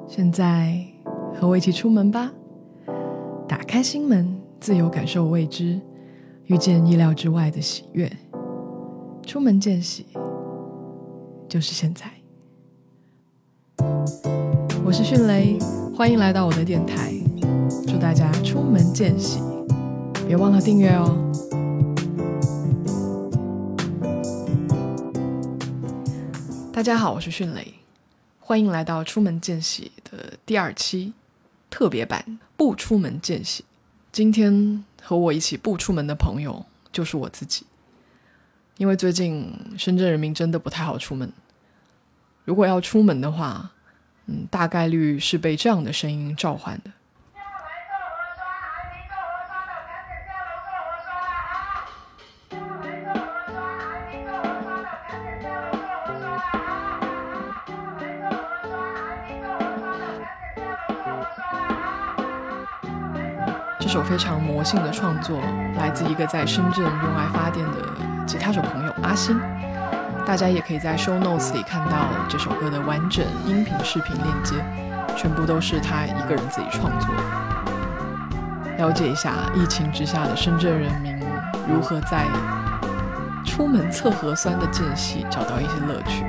现在和我一起出门吧，打开心门，自由感受未知，遇见意料之外的喜悦。出门见喜，就是现在。我是迅雷，欢迎来到我的电台，祝大家出门见喜，别忘了订阅哦。大家好，我是迅雷，欢迎来到出门见喜的第2期特别版不出门见喜。今天和我一起不出门的朋友就是我自己，因为最近深圳人民真的不太好出门，如果要出门的话，大概率是被这样的声音召唤的。这首非常魔性的创作来自一个在深圳用爱发电的吉他手朋友阿星，大家也可以在 show notes 里看到这首歌的完整音频视频链接，全部都是他一个人自己创作的。了解一下疫情之下的深圳人民如何在出门测核酸的间隙找到一些乐趣。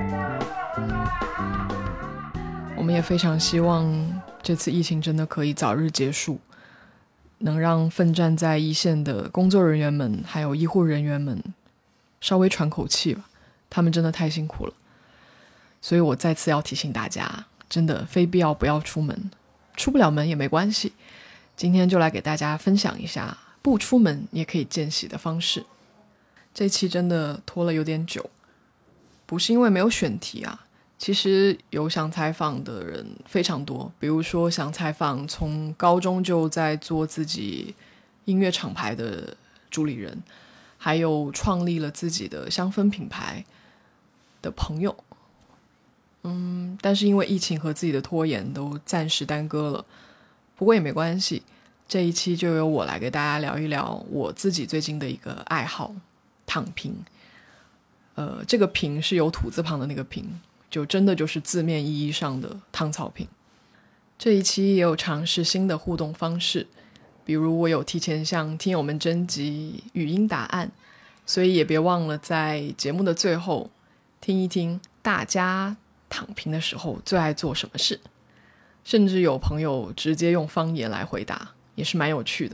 我们也非常希望这次疫情真的可以早日结束，能让奋战在一线的工作人员们还有医护人员们稍微喘口气吧，他们真的太辛苦了。所以我再次要提醒大家，真的非必要不要出门，出不了门也没关系，今天就来给大家分享一下不出门也可以见喜的方式。这期真的拖了有点久，不是因为没有选题啊，其实有想采访的人非常多，比如说想采访从高中就在做自己音乐厂牌的主理人，还有创立了自己的香氛品牌的朋友，但是因为疫情和自己的拖延都暂时耽搁了，不过也没关系，这一期就由我来给大家聊一聊我自己最近的一个爱好，躺平。这个平是有土字旁的那个平，就真的就是字面意义上的躺草坪。这一期也有尝试新的互动方式，比如我有提前向听友们征集语音答案，所以也别忘了在节目的最后听一听大家躺平的时候最爱做什么事，甚至有朋友直接用方言来回答，也是蛮有趣的。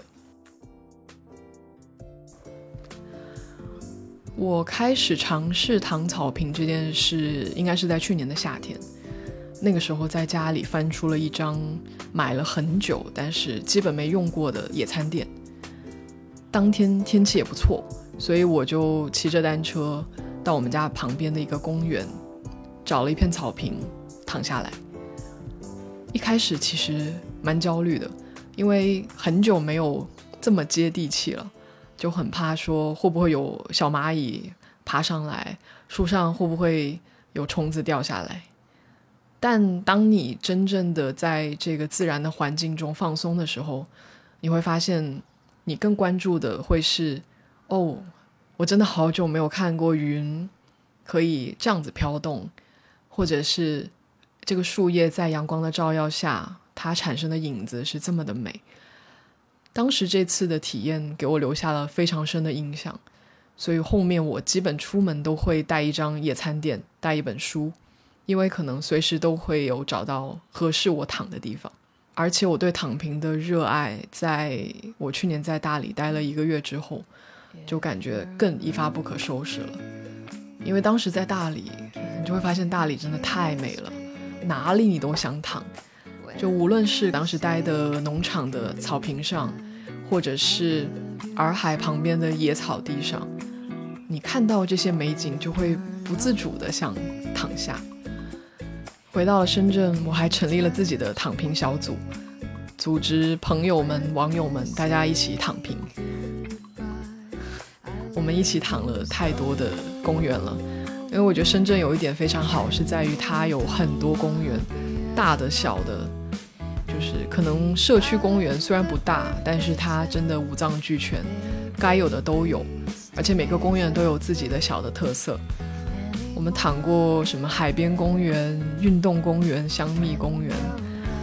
我开始尝试躺草坪这件事应该是在去年的夏天，那个时候在家里翻出了一张买了很久但是基本没用过的野餐垫，当天天气也不错，所以我就骑着单车到我们家旁边的一个公园，找了一片草坪躺下来。一开始其实蛮焦虑的，因为很久没有这么接地气了，就很怕说会不会有小蚂蚁爬上来，树上会不会有虫子掉下来。但当你真正的在这个自然的环境中放松的时候，你会发现你更关注的会是，我真的好久没有看过云可以这样子飘动，或者是这个树叶在阳光的照耀下它产生的影子是这么的美。当时这次的体验给我留下了非常深的印象，所以后面我基本出门都会带一张野餐垫，带一本书，因为可能随时都会有找到合适我躺的地方。而且我对躺平的热爱，在我去年在大理待了1个月之后，就感觉更一发不可收拾了。因为当时在大理，你就会发现大理真的太美了，哪里你都想躺，就无论是当时待的农场的草坪上，或者是洱海旁边的野草地上，你看到这些美景就会不自主的想躺下。回到了深圳，我还成立了自己的躺平小组，组织朋友们网友们大家一起躺平。我们一起躺了太多的公园了，因为我觉得深圳有一点非常好，是在于它有很多公园，大的小的，就是可能社区公园虽然不大，但是它真的五脏俱全，该有的都有，而且每个公园都有自己的小的特色。我们躺过什么海边公园、运动公园、香蜜公园，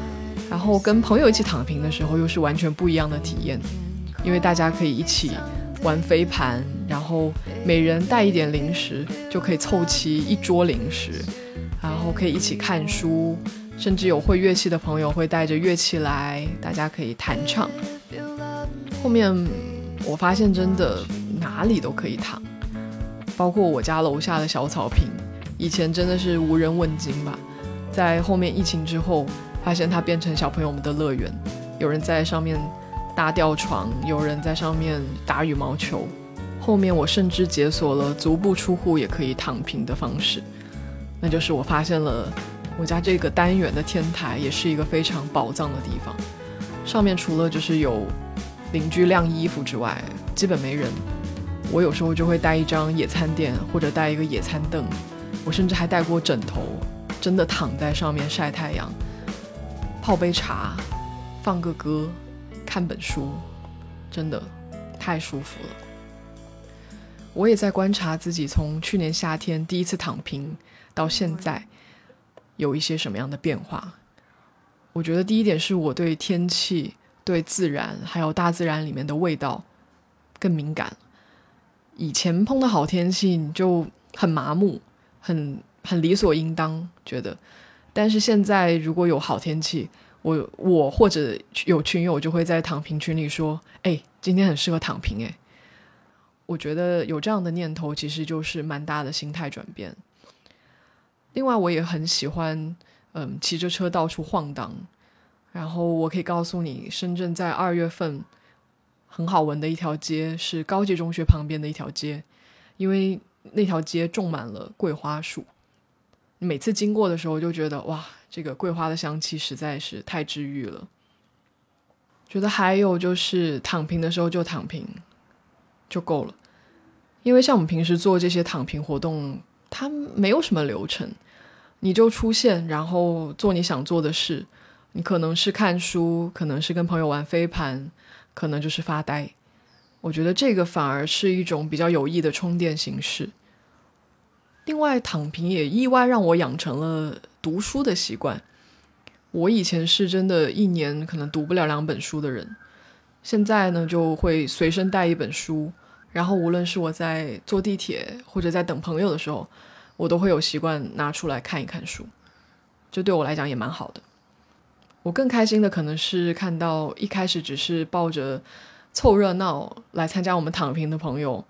然后跟朋友一起躺平的时候又是完全不一样的体验，因为大家可以一起玩飞盘，然后每人带一点零食，就可以凑齐一桌零食，然后可以一起看书，甚至有会乐器的朋友会带着乐器来，大家可以弹唱。后面我发现真的哪里都可以躺，包括我家楼下的小草坪，以前真的是无人问津吧，在后面疫情之后发现它变成小朋友们的乐园，有人在上面搭吊床，有人在上面打羽毛球。后面我甚至解锁了足不出户也可以躺平的方式，那就是我发现了我家这个单元的天台也是一个非常宝藏的地方，上面除了就是有邻居晾衣服之外基本没人。我有时候就会带一张野餐垫或者带一个野餐凳，我甚至还带过枕头，真的躺在上面晒太阳，泡杯茶，放个歌，看本书，真的太舒服了。我也在观察自己从去年夏天第一次躺平到现在有一些什么样的变化。我觉得第一点是我对天气、对自然还有大自然里面的味道更敏感。以前碰到好天气你就很麻木，很理所应当觉得，但是现在如果有好天气，我或者有群友就会在躺平群里说，今天很适合躺平。我觉得有这样的念头其实就是蛮大的心态转变。另外我也很喜欢骑着车到处晃荡，然后我可以告诉你，深圳在2月份很好闻的一条街是高级中学旁边的一条街，因为那条街种满了桂花树，每次经过的时候就觉得哇，这个桂花的香气实在是太治愈了。觉得还有就是躺平的时候就躺平就够了，因为像我们平时做这些躺平活动它没有什么流程，你就出现然后做你想做的事，你可能是看书，可能是跟朋友玩飞盘，可能就是发呆。我觉得这个反而是一种比较有益的充电形式。另外躺平也意外让我养成了读书的习惯，我以前是真的一年可能读不了2本书的人，现在呢就会随身带一本书，然后无论是我在坐地铁或者在等朋友的时候，我都会有习惯拿出来看一看书，这对我来讲也蛮好的。我更开心的可能是看到一开始只是抱着凑热闹来参加我们躺平的朋友，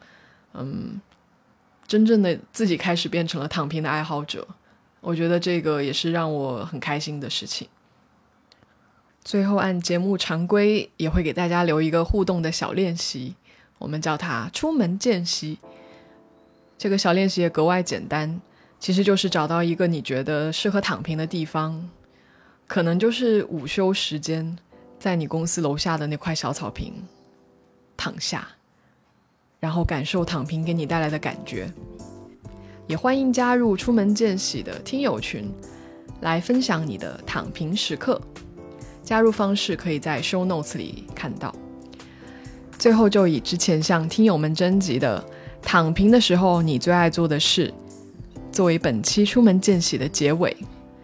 真正的自己开始变成了躺平的爱好者，我觉得这个也是让我很开心的事情。最后按节目常规也会给大家留一个互动的小练习，我们叫它出门见习。这个小练习也格外简单，其实就是找到一个你觉得适合躺平的地方，可能就是午休时间在你公司楼下的那块小草坪躺下，然后感受躺平给你带来的感觉。也欢迎加入出门见习的听友群，来分享你的躺平时刻。加入方式可以在 show notes 里看到。最后就以之前向听友们征集的躺平的时候你最爱做的事作为本期出门见习的结尾。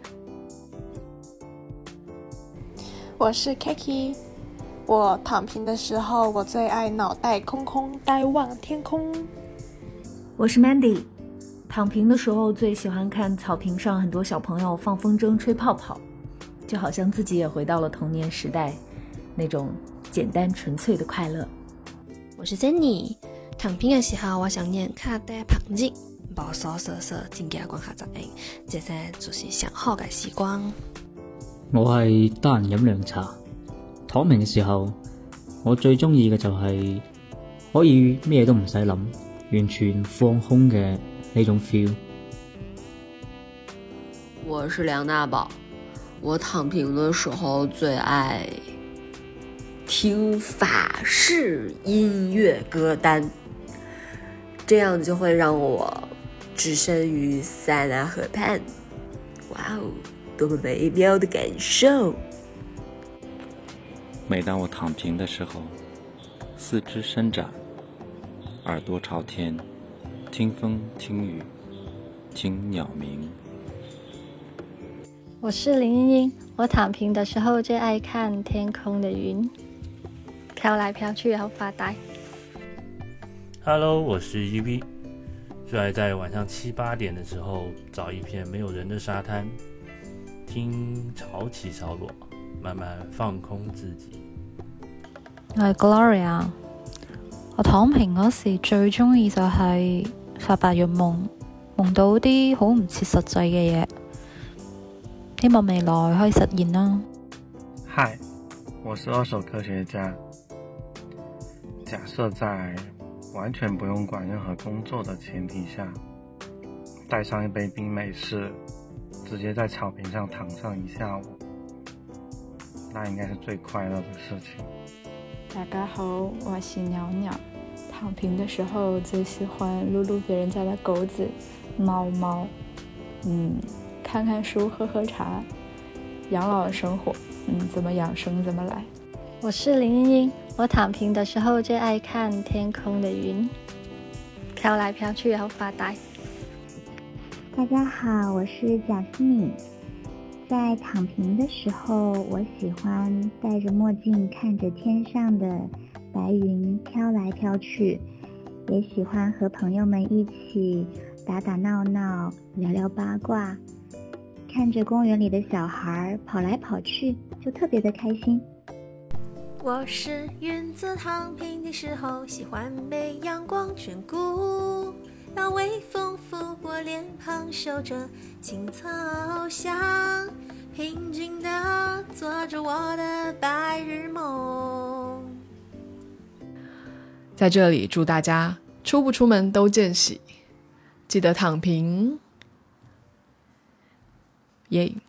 我是 Kiki， 我躺平的时候我最爱脑袋空空呆望天空。 我是 Mandy， 躺平的时候最喜欢看草坪上很多小朋友放风筝吹泡泡，就好像自己也回到了童年时代那种简单纯粹的快乐。 我是 Jenny， 躺平的时候我想念卡带旁日无所事事真假光下集影，这些就是上好嘅時光。 我係得閒飲涼茶，躺平嘅時候我最中意嘅就係可以咩都唔使諗，完全放空嘅呢種 feel。 我是梁大寶，我躺平的時候最愛聽法式音樂歌單，這樣就會讓我置身於塞納河畔，哇哦，多麼美妙的感受。 每當我躺平的時候，四肢伸展，耳朵朝天，聽風聽雨，聽鳥鳴。 我是林茵茵，我躺平的时候最爱看天空的云，飘来飘去然后发呆。 Hello， 我是 EV， 最爱在晚上7、8点的时候找一片没有人的沙滩，聽潮起潮落，慢慢放空自己。 我係 Gloria， 我躺平嗰時最鍾意就係發白日夢，夢到啲好唔切實際嘅嘢，希望未來可以實現啦。 嗨，我是二手科學家。假設在完全不用管任何工作的前提下，帶上一杯冰美式，直接在草坪上躺上一下午，那應該是最快樂的事情。 大家好，我是鳥鳥。躺平的時候最喜歡擼擼別人家的狗子、貓貓，看看書、喝喝茶，養老生活，怎麼養生怎麼來。 我是林茵茵，我躺平的時候最愛看天空的雲，飄來飄去然後發呆。 大家好，我是贾斯敏。在躺平的时候，我喜欢戴着墨镜看着天上的白云飘来飘去，也喜欢和朋友们一起打打闹闹，聊聊八卦，看着公园里的小孩跑来跑去，就特别的开心。 我是云子，躺平的时候喜欢被阳光眷顾，让微风拂过脸庞，嗅着青草香，平静地做着我的白日梦。 在这里祝大家出不出门都见喜，记得躺平，耶。